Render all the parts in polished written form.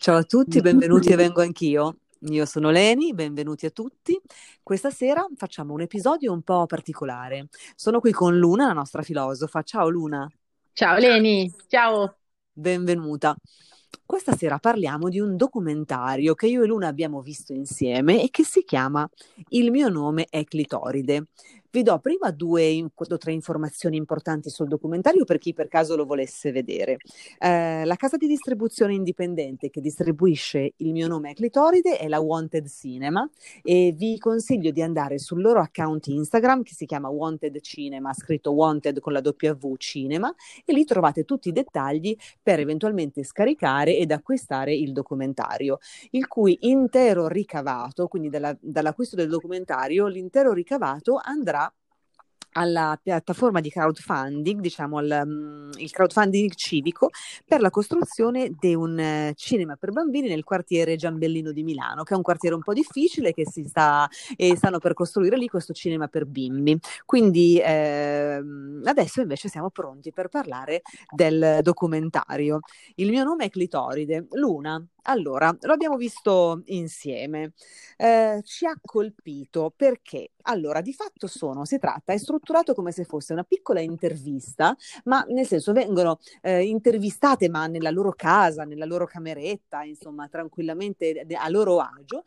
Ciao a tutti, benvenuti e vengo anch'io. Io sono Leni, benvenuti a tutti. Questa sera facciamo un episodio un po' particolare. Sono qui con Luna, la nostra filosofa. Ciao Luna, Ciao Leni, ciao. benvenuta. Questa sera parliamo di un documentario che io e Luna abbiamo visto insieme e che si chiama Il mio nome è Clitoride. Vi do prima due o tre informazioni importanti sul documentario per chi per caso lo volesse vedere. La casa di distribuzione indipendente che distribuisce Il mio nome è Clitoride è la Wanted Cinema e vi consiglio di andare sul loro account Instagram che si chiama Wanted Cinema, scritto Wanted con la W Cinema, e lì trovate tutti i dettagli per eventualmente scaricare ed acquistare il documentario, il cui intero ricavato, quindi dall'acquisto del documentario, l'intero ricavato andrà alla piattaforma di crowdfunding, diciamo il crowdfunding civico per la costruzione di un cinema per bambini nel quartiere Giambellino di Milano, che è un quartiere un po' difficile che e stanno per costruire lì questo cinema per bimbi. Quindi adesso invece siamo pronti per parlare del documentario. Il mio nome è Clitoride. Luna, allora, lo abbiamo visto insieme. Ci ha colpito perché, allora, di fatto è strutturato come se fosse una piccola intervista, ma nel senso vengono intervistate, ma nella loro casa, nella loro cameretta, insomma, tranquillamente a loro agio,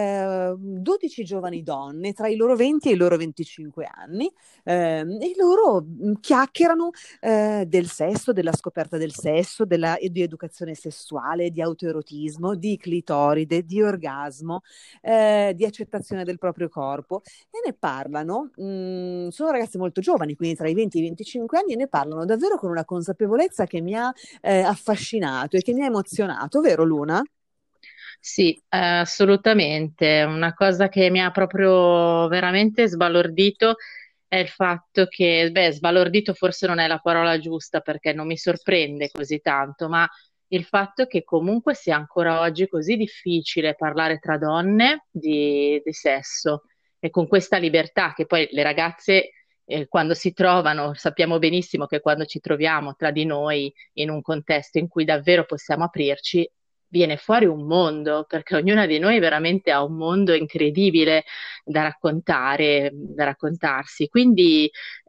12 giovani donne tra i loro 20 e i loro 25 anni, e loro chiacchierano del sesso, della scoperta del sesso, di educazione sessuale, di autoerotismo, di clitoride, di orgasmo, di accettazione del proprio corpo e ne parlano, sono ragazze molto giovani, quindi tra i 20 e i 25 anni, e ne parlano davvero con una consapevolezza che mi ha affascinato e che mi ha emozionato, vero Luna? Sì, assolutamente. Una cosa che mi ha proprio veramente sbalordito è il fatto che, beh, sbalordito forse non è la parola giusta perché non mi sorprende così tanto, ma il fatto che comunque sia ancora oggi così difficile parlare tra donne di sesso e con questa libertà che poi le ragazze, quando si trovano, sappiamo benissimo che quando ci troviamo tra di noi in un contesto in cui davvero possiamo aprirci, viene fuori un mondo, perché ognuna di noi veramente ha un mondo incredibile da raccontare, da raccontarsi. Quindi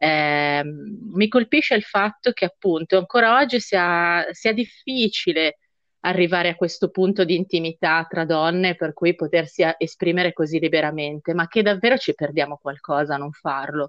mi colpisce il fatto che appunto ancora oggi sia difficile arrivare a questo punto di intimità tra donne per cui potersi esprimere così liberamente, ma che davvero ci perdiamo qualcosa a non farlo.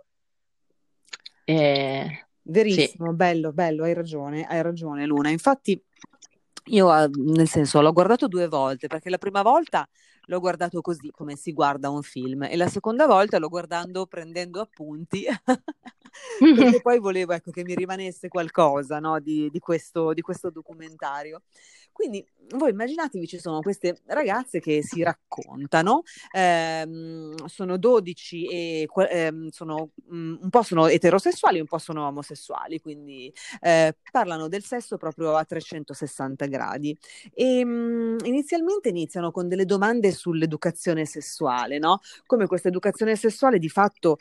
Sì. Verissimo, bello, bello, hai ragione Luna. Infatti io, nel senso, l'ho guardato due volte, perché la prima volta l'ho guardato così, come si guarda un film, e la seconda volta l'ho guardando prendendo appunti, perché poi volevo, ecco, che mi rimanesse qualcosa, no, di questo documentario. Quindi voi immaginatevi, ci sono queste ragazze che si raccontano, sono 12 e un po' sono eterosessuali, un po' sono omosessuali, quindi parlano del sesso proprio a 360 gradi. E inizialmente iniziano con delle domande sull'educazione sessuale, no? Come questa educazione sessuale di fatto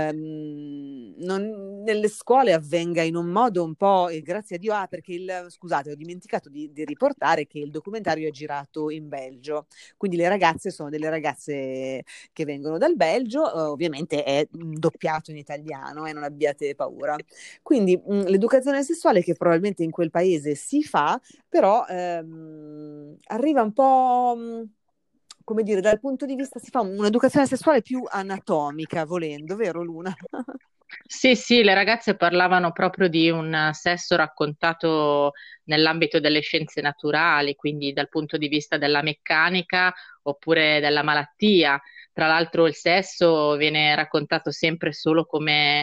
nelle scuole avvenga in un modo un po', e grazie a Dio, perché scusate, ho dimenticato di riportare che il documentario è girato in Belgio, quindi le ragazze sono delle ragazze che vengono dal Belgio, ovviamente è doppiato in italiano, e non abbiate paura. Quindi l'educazione sessuale che probabilmente in quel paese si fa, però arriva un po', come dire, dal punto di vista, si fa un'educazione sessuale più anatomica, volendo, vero Luna? Sì, sì, le ragazze parlavano proprio di un sesso raccontato nell'ambito delle scienze naturali, quindi dal punto di vista della meccanica oppure della malattia. Tra l'altro il sesso viene raccontato sempre solo come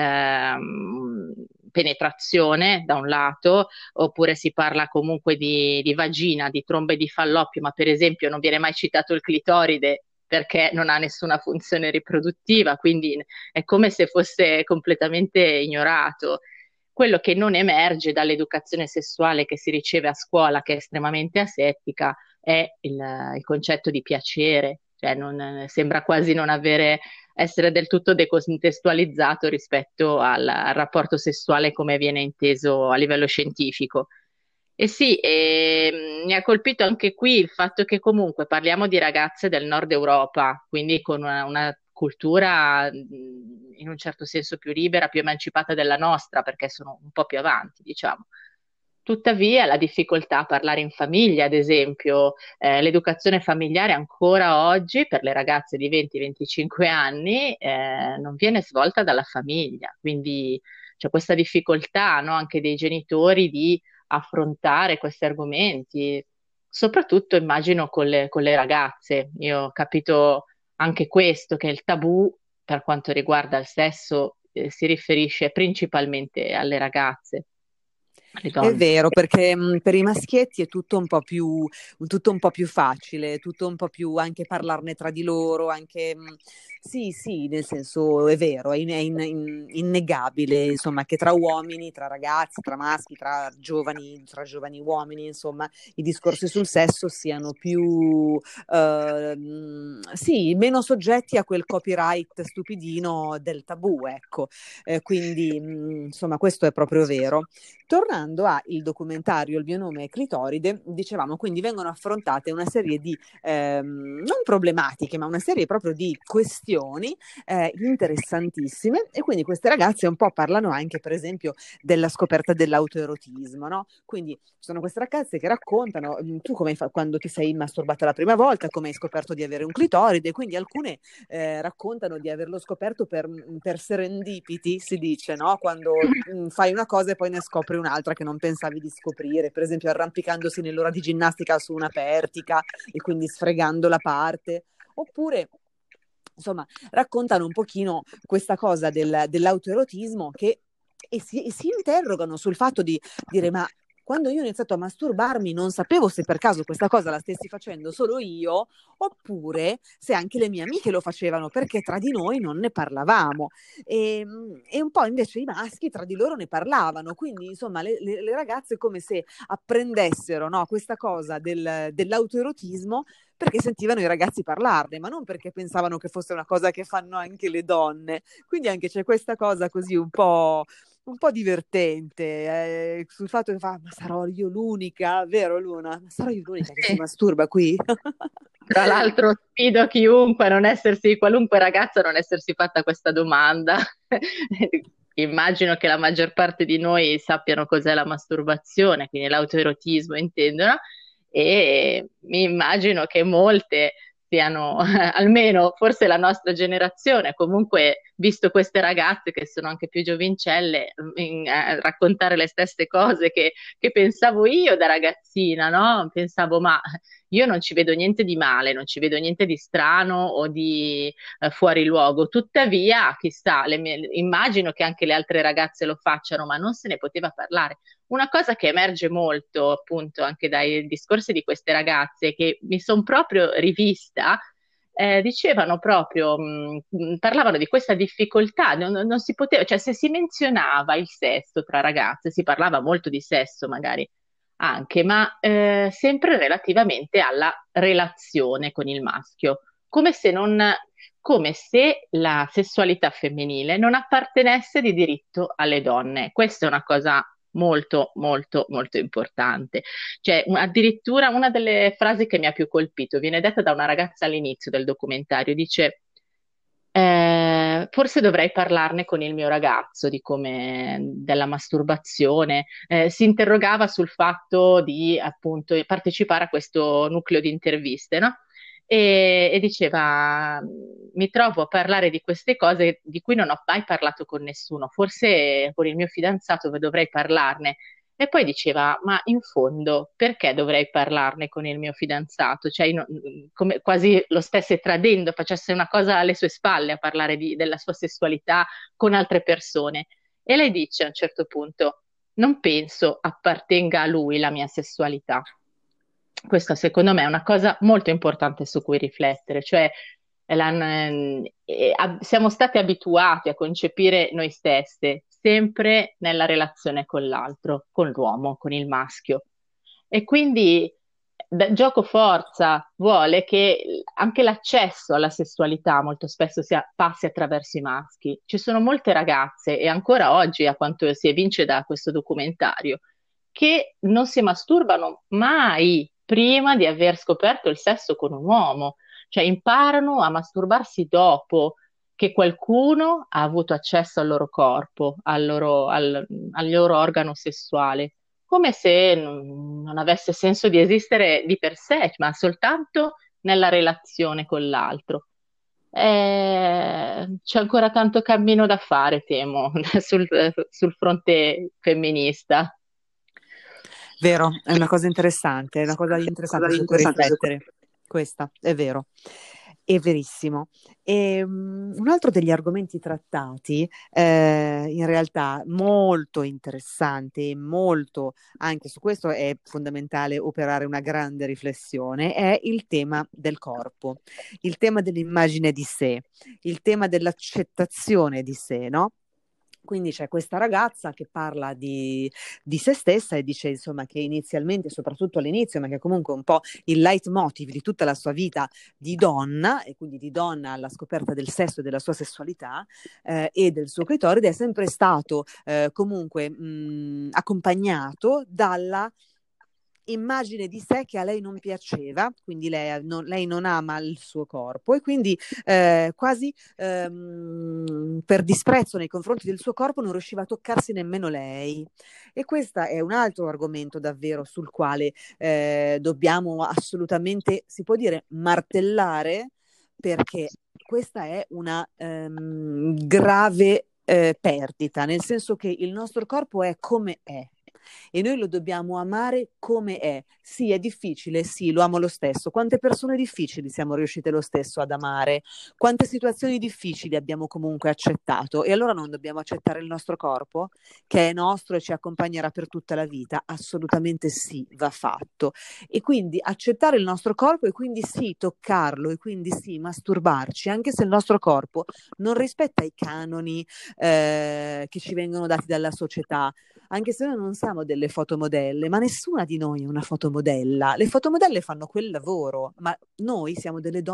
penetrazione da un lato, oppure si parla comunque di vagina, di trombe di Falloppio, ma per esempio non viene mai citato il clitoride perché non ha nessuna funzione riproduttiva, quindi è come se fosse completamente ignorato. Quello che non emerge dall'educazione sessuale che si riceve a scuola, che è estremamente asettica, è il concetto di piacere, cioè sembra quasi non avere, essere del tutto decontestualizzato rispetto al rapporto sessuale come viene inteso a livello scientifico. sì, mi ha colpito anche qui il fatto che comunque parliamo di ragazze del nord Europa, quindi con una cultura in un certo senso più libera, più emancipata della nostra, perché sono un po' più avanti, diciamo. Tuttavia, la difficoltà a parlare in famiglia, ad esempio, l'educazione familiare ancora oggi per le ragazze di 20-25 anni, non viene svolta dalla famiglia, quindi c'è questa difficoltà, no, anche dei genitori di affrontare questi argomenti, soprattutto immagino con le ragazze. Io ho capito anche questo, che il tabù per quanto riguarda il sesso, si riferisce principalmente alle ragazze, alle È donne. vero, perché per i maschietti è tutto un po' più facile, tutto un po' più anche parlarne tra di loro, anche sì, sì, nel senso è vero, innegabile, insomma, che tra uomini, tra ragazzi, tra maschi, tra giovani uomini, insomma, i discorsi sul sesso siano più, sì, meno soggetti a quel copyright stupidino del tabù, ecco. Quindi, insomma, questo è proprio vero. Tornando a il documentario Il mio nome è Clitoride, dicevamo, quindi vengono affrontate una serie di, non problematiche, ma una serie proprio di questioni interessantissime, e quindi queste ragazze un po' parlano anche, per esempio, della scoperta dell'autoerotismo, no? Quindi ci sono queste ragazze che raccontano, tu quando ti sei masturbata la prima volta, come hai scoperto di avere un clitoride, quindi alcune raccontano di averlo scoperto per serendipiti, si dice, no? Quando fai una cosa e poi ne scopri un'altra che non pensavi di scoprire, per esempio arrampicandosi nell'ora di ginnastica su una pertica e quindi sfregando la parte, oppure insomma raccontano un pochino questa cosa dell'autoerotismo e si interrogano sul fatto di dire: ma quando io ho iniziato a masturbarmi non sapevo se per caso questa cosa la stessi facendo solo io, oppure se anche le mie amiche lo facevano, perché tra di noi non ne parlavamo. E un po' invece i maschi tra di loro ne parlavano, quindi insomma le ragazze come se apprendessero, no, questa cosa dell'autoerotismo perché sentivano i ragazzi parlarne, ma non perché pensavano che fosse una cosa che fanno anche le donne. Quindi anche c'è questa cosa così un po' divertente, sul fatto che fa: ma sarò io l'unica, vero Luna? Ma sarò io l'unica che si Sì. masturba qui? Tra l'altro sfido chiunque a non essersi, qualunque ragazza a non essersi fatta questa domanda. Immagino che la maggior parte di noi sappiano cos'è la masturbazione, quindi l'autoerotismo intendono, e mi immagino che molte siano, almeno forse la nostra generazione, comunque visto queste ragazze che sono anche più giovincelle, raccontare le stesse cose che pensavo io da ragazzina, no? Pensavo, ma io non ci vedo niente di male, non ci vedo niente di strano o di fuori luogo. Tuttavia, chissà, immagino che anche le altre ragazze lo facciano, ma non se ne poteva parlare. Una cosa che emerge molto, appunto, anche dai discorsi di queste ragazze, che mi sono proprio rivista, dicevano proprio, parlavano di questa difficoltà, non si poteva, cioè se si menzionava il sesso tra ragazze, si parlava molto di sesso magari anche, ma sempre relativamente alla relazione con il maschio, come se non, come se la sessualità femminile non appartenesse di diritto alle donne. Questa è una cosa molto, molto, molto importante. Cioè, addirittura una delle frasi che mi ha più colpito viene detta da una ragazza all'inizio del documentario, dice forse dovrei parlarne con il mio ragazzo di come della masturbazione. Si interrogava sul fatto di appunto partecipare a questo nucleo di interviste, no? E diceva: mi trovo a parlare di queste cose di cui non ho mai parlato con nessuno, forse con il mio fidanzato dovrei parlarne. E poi diceva: ma in fondo, perché dovrei parlarne con il mio fidanzato? Cioè, come quasi lo stesse tradendo, facesse una cosa alle sue spalle a parlare della sua sessualità con altre persone. E lei dice a un certo punto: non penso appartenga a lui la mia sessualità. Questa secondo me è una cosa molto importante su cui riflettere, cioè siamo stati abituati a concepire noi stesse sempre nella relazione con l'altro, con l'uomo, con il maschio. E quindi gioco forza vuole che anche l'accesso alla sessualità molto spesso passi attraverso i maschi. Ci sono molte ragazze, e ancora oggi, a quanto si evince da questo documentario, che non si masturbano mai prima di aver scoperto il sesso con un uomo, cioè imparano a masturbarsi dopo che qualcuno ha avuto accesso al loro corpo, al loro organo sessuale, come se non avesse senso di esistere di per sé, ma soltanto nella relazione con l'altro. C'è ancora tanto cammino da fare, temo, sul fronte femminista. Vero, è una cosa interessante, è una cosa interessante su cui riflettere. Questa, è vero, è verissimo. Un altro degli argomenti trattati, in realtà molto interessante e molto, anche su questo è fondamentale operare una grande riflessione, è il tema del corpo, il tema dell'immagine di sé, il tema dell'accettazione di sé, no? Quindi c'è questa ragazza che parla di se stessa e dice insomma che inizialmente, soprattutto all'inizio, ma che comunque è un po' il leitmotiv di tutta la sua vita di donna, e quindi di donna alla scoperta del sesso e della sua sessualità e del suo clitoride, è sempre stato comunque accompagnato dalla immagine di sé che a lei non piaceva, quindi lei non ama il suo corpo e quindi quasi per disprezzo nei confronti del suo corpo non riusciva a toccarsi nemmeno lei. E questo è un altro argomento davvero sul quale dobbiamo assolutamente, si può dire, martellare, perché questa è una grave perdita, nel senso che il nostro corpo è come è e noi lo dobbiamo amare come è. Sì, è difficile, sì, lo amo lo stesso. Quante persone difficili siamo riuscite lo stesso ad amare? Quante situazioni difficili abbiamo comunque accettato? E allora non dobbiamo accettare il nostro corpo, che è nostro e ci accompagnerà per tutta la vita? Assolutamente sì, va fatto. E quindi accettare il nostro corpo e quindi sì, toccarlo e quindi sì, masturbarci, anche se il nostro corpo non rispetta i canoni che ci vengono dati dalla società, anche se noi non siamo delle fotomodelle, ma nessuna di noi è una fotomodella. Le fotomodelle fanno quel lavoro, ma noi siamo delle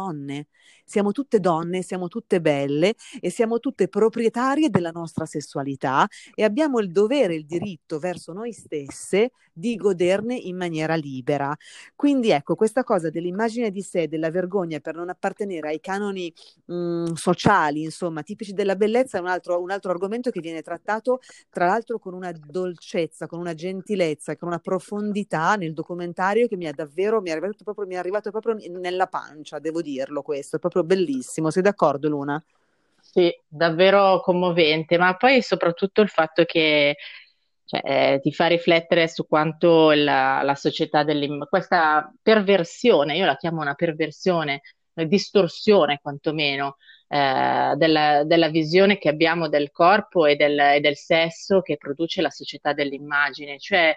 donne, siamo tutte belle e siamo tutte proprietarie della nostra sessualità e abbiamo il dovere, il diritto verso noi stesse di goderne in maniera libera. Quindi ecco, questa cosa dell'immagine di sé, della vergogna per non appartenere ai canoni sociali, insomma, tipici della bellezza, è un altro argomento che viene trattato tra l'altro con una dolcezza, con una gentilezza, con una profondità nel documentario che mi è arrivato proprio nella pancia, devo dirlo questo, è proprio bellissimo. Sei d'accordo, Luna? Sì, davvero commovente, ma poi soprattutto il fatto che cioè, ti fa riflettere su quanto la società questa perversione, io la chiamo una perversione, distorsione quantomeno, della visione che abbiamo del corpo e del sesso che produce la società dell'immagine, cioè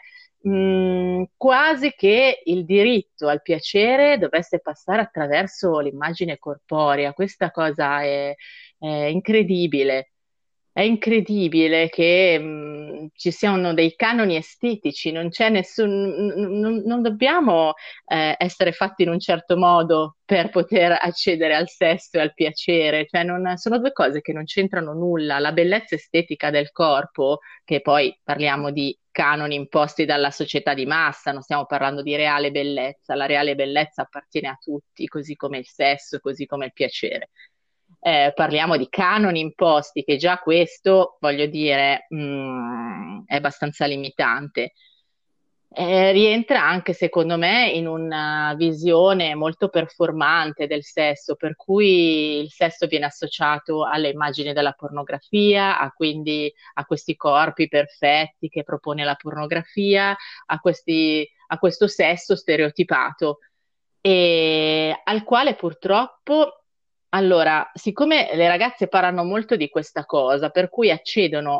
quasi che il diritto al piacere dovesse passare attraverso l'immagine corporea. Questa cosa è incredibile. È incredibile che ci siano dei canoni estetici, non c'è non dobbiamo essere fatti in un certo modo per poter accedere al sesso e al piacere, cioè sono due cose che non c'entrano nulla. La bellezza estetica del corpo, che poi parliamo di canoni imposti dalla società di massa, non stiamo parlando di reale bellezza, la reale bellezza appartiene a tutti, così come il sesso, così come il piacere. Parliamo di canoni imposti, che già questo, voglio dire, è abbastanza limitante. Rientra anche, secondo me, in una visione molto performante del sesso, per cui il sesso viene associato alle immagini della pornografia, quindi a questi corpi perfetti che propone la pornografia, a questo sesso stereotipato e al quale purtroppo, allora, siccome le ragazze parlano molto di questa cosa, per cui accedono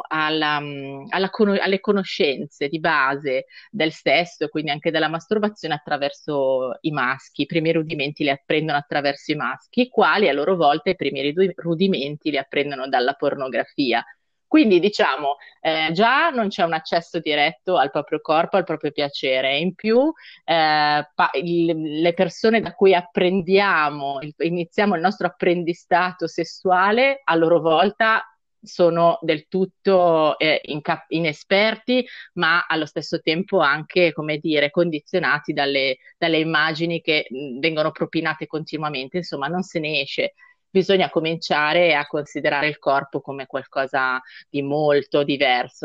alle conoscenze di base del sesso e quindi anche della masturbazione attraverso i maschi, i primi rudimenti li apprendono attraverso i maschi, i quali a loro volta i primi rudimenti li apprendono dalla pornografia. Quindi diciamo, già non c'è un accesso diretto al proprio corpo, al proprio piacere. In più, le persone da cui apprendiamo, iniziamo il nostro apprendistato sessuale, a loro volta sono del tutto inesperti, ma allo stesso tempo anche, come dire, condizionati dalle immagini che vengono propinate continuamente, insomma, non se ne esce. Bisogna cominciare a considerare il corpo come qualcosa di molto diverso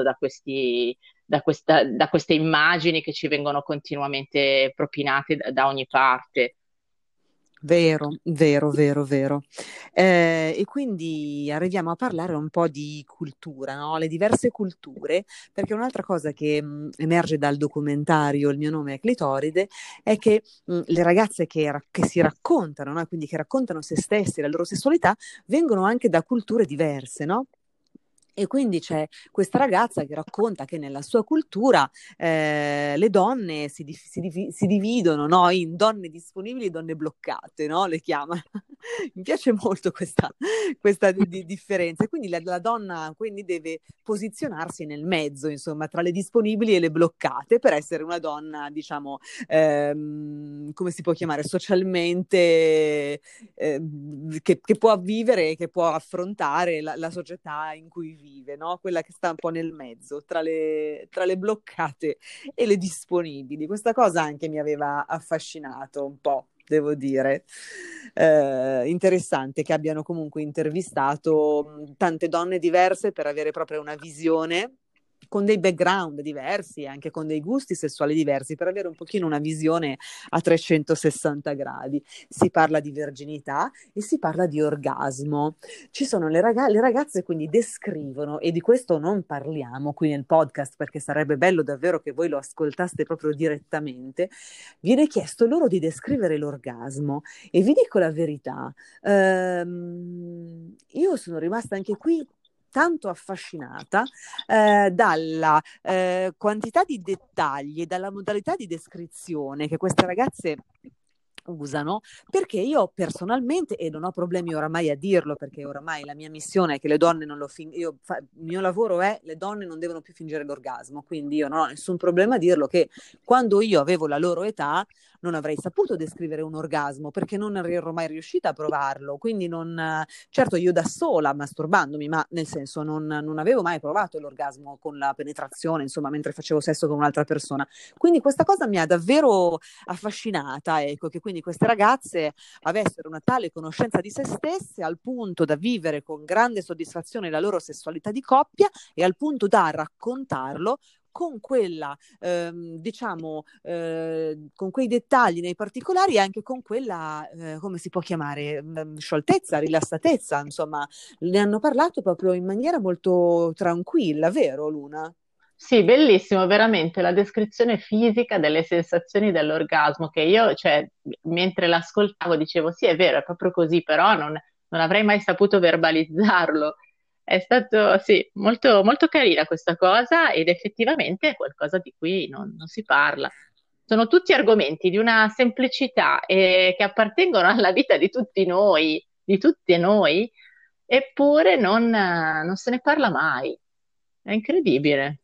da queste immagini che ci vengono continuamente propinate da ogni parte. Vero, vero, vero, vero. E quindi arriviamo a parlare un po' di cultura, no? Le diverse culture, perché un'altra cosa che emerge dal documentario Il mio nome è Clitoride è che le ragazze che si raccontano, no? Quindi che raccontano se stesse, la loro sessualità, vengono anche da culture diverse, no? E quindi c'è questa ragazza che racconta che nella sua cultura le donne si dividono, no? In donne disponibili e donne bloccate, no? Le chiama. Mi piace molto questa differenza. E quindi la donna quindi deve posizionarsi nel mezzo, insomma, tra le disponibili e le bloccate per essere una donna, diciamo, come si può chiamare, socialmente che può vivere e che può affrontare la società in cui vive, no? Quella che sta un po' nel mezzo, tra le bloccate e le disponibili. Questa cosa anche mi aveva affascinato un po', devo dire. Interessante che abbiano comunque intervistato tante donne diverse per avere proprio una visione con dei background diversi, anche con dei gusti sessuali diversi, per avere un pochino una visione a 360 gradi. Si parla di verginità e si parla di orgasmo. Ci sono le ragazze quindi descrivono, e di questo non parliamo qui nel podcast perché sarebbe bello davvero che voi lo ascoltaste proprio direttamente, viene chiesto loro di descrivere l'orgasmo e vi dico la verità, io sono rimasta anche qui tanto affascinata dalla quantità di dettagli e dalla modalità di descrizione che queste ragazze usano, perché io personalmente, e non ho problemi oramai a dirlo, perché oramai la mia missione è che le donne non lo il mio lavoro è le donne non devono più fingere l'orgasmo, quindi io non ho nessun problema a dirlo che quando io avevo la loro età non avrei saputo descrivere un orgasmo perché non ero mai riuscita a provarlo, quindi non, certo io da sola masturbandomi, ma nel senso non avevo mai provato l'orgasmo con la penetrazione, insomma, mentre facevo sesso con un'altra persona. Quindi questa cosa mi ha davvero affascinata, ecco, che quindi queste ragazze avessero una tale conoscenza di se stesse al punto da vivere con grande soddisfazione la loro sessualità di coppia e al punto da raccontarlo con quella, diciamo, con quei dettagli nei particolari e anche con quella, come si può chiamare, scioltezza, rilassatezza, insomma, ne hanno parlato proprio in maniera molto tranquilla, vero Luna? Sì, bellissimo, veramente la descrizione fisica delle sensazioni dell'orgasmo che io, cioè, mentre l'ascoltavo dicevo sì, è vero, è proprio così, però non avrei mai saputo verbalizzarlo. È stato, sì, molto, molto carina questa cosa ed effettivamente è qualcosa di cui non si parla. Sono tutti argomenti di una semplicità che appartengono alla vita di tutti noi, di tutte noi, eppure non se ne parla mai. È incredibile.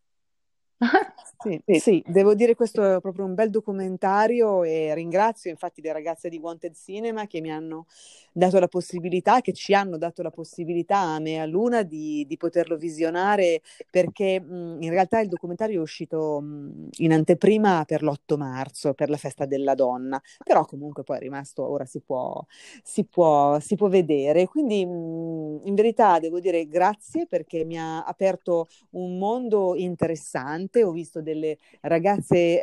Sì, sì, devo dire questo è proprio un bel documentario e ringrazio infatti le ragazze di Wanted Cinema che mi hanno dato la possibilità, che ci hanno dato la possibilità a me e a Luna di poterlo visionare perché in realtà il documentario è uscito in anteprima per l'8 marzo, per la festa della donna, però comunque poi è rimasto, ora si può vedere. Quindi in verità devo dire grazie perché mi ha aperto un mondo interessante, ho visto delle ragazze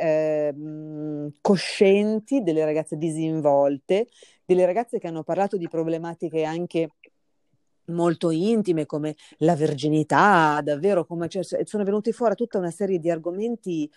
coscienti, delle ragazze disinvolte, delle ragazze che hanno parlato di problematiche anche molto intime come la verginità, davvero come cioè, sono venuti fuori tutta una serie di argomenti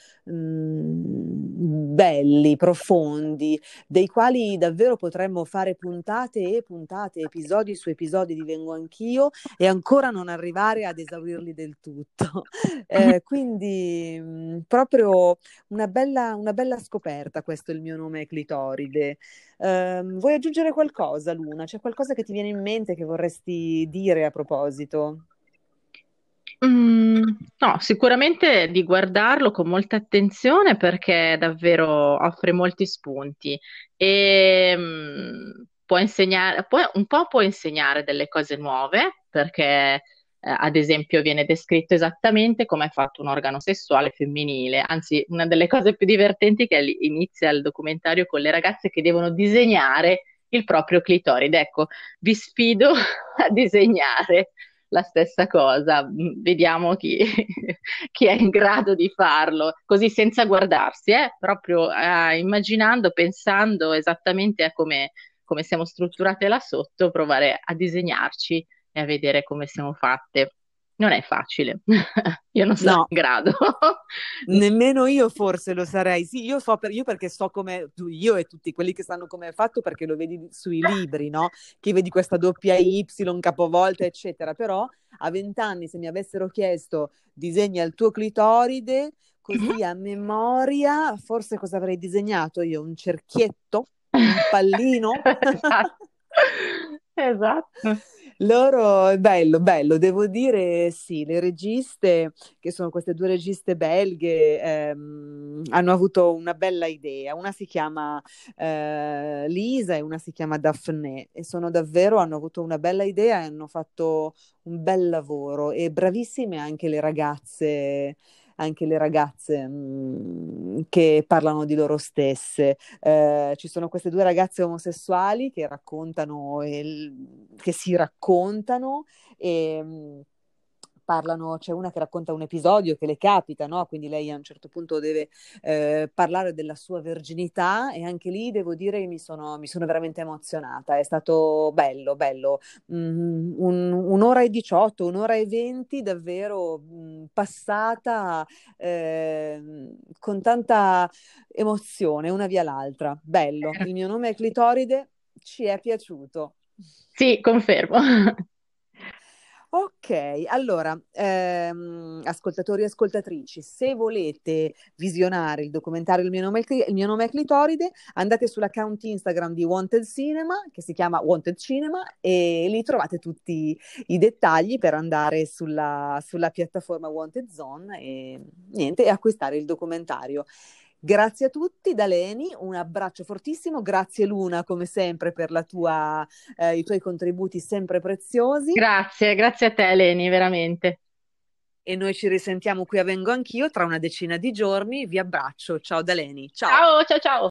belli, profondi, dei quali davvero potremmo fare puntate e puntate, episodi su episodi di Vengo Anch'io e ancora non arrivare ad esaurirli del tutto. Quindi proprio una bella scoperta, questo è il mio nome è Clitoride. Vuoi aggiungere qualcosa, Luna? C'è qualcosa che ti viene in mente che vorresti dire a proposito? Mm, no, sicuramente di guardarlo con molta attenzione perché davvero offre molti spunti e può insegnare, un po' può insegnare delle cose nuove perché ad esempio, viene descritto esattamente come è fatto un organo sessuale femminile. Anzi, una delle cose più divertenti è che inizia il documentario con le ragazze che devono disegnare il proprio clitoride. Ecco, vi sfido a disegnare la stessa cosa. Vediamo chi è in grado di farlo, così senza guardarsi, proprio immaginando, pensando esattamente a come siamo strutturate là sotto, provare a disegnarci e a vedere come siamo fatte. Non è facile, io non sono No, in grado. nemmeno io forse lo sarei. Sì, io perché so come io e tutti quelli che sanno come è fatto perché lo vedi sui libri, no? Che vedi questa doppia Y capovolta, eccetera. Però a 20 anni, se mi avessero chiesto disegna il tuo clitoride, così a memoria, forse cosa avrei disegnato io? Un cerchietto? Un pallino? Esatto, esatto. Loro, bello, bello, devo dire sì, le registe, che sono queste due registe belghe, hanno avuto una bella idea. Una si chiama Lisa e una si chiama Daphné e sono davvero, hanno avuto una bella idea e hanno fatto un bel lavoro e bravissime anche le ragazze che parlano di loro stesse. Ci sono queste due ragazze omosessuali che raccontano, che si raccontano e parlano, c'è una che racconta un episodio che le capita, no? Quindi lei a un certo punto deve parlare della sua verginità e anche lì devo dire che mi sono veramente emozionata, è stato bello, bello. Un'ora e 18, un'ora e 20 davvero passata con tanta emozione, una via l'altra. Bello. Il mio nome è Clitoride, ci è piaciuto. Sì, confermo. Ok, allora, ascoltatori e ascoltatrici, se volete visionare il documentario Il mio nome è Clitoride, andate sull'account Instagram di Wanted Cinema, che si chiama Wanted Cinema, e lì trovate tutti i dettagli per andare sulla piattaforma Wanted Zone e niente, e acquistare il documentario. Grazie a tutti, da Leni, un abbraccio fortissimo, grazie Luna come sempre per i tuoi contributi sempre preziosi. Grazie, grazie a te, Eleni, veramente. E noi ci risentiamo qui a Vengo Anch'io tra una decina di giorni. Vi abbraccio. Ciao da Leni. Ciao. Ciao, ciao, ciao.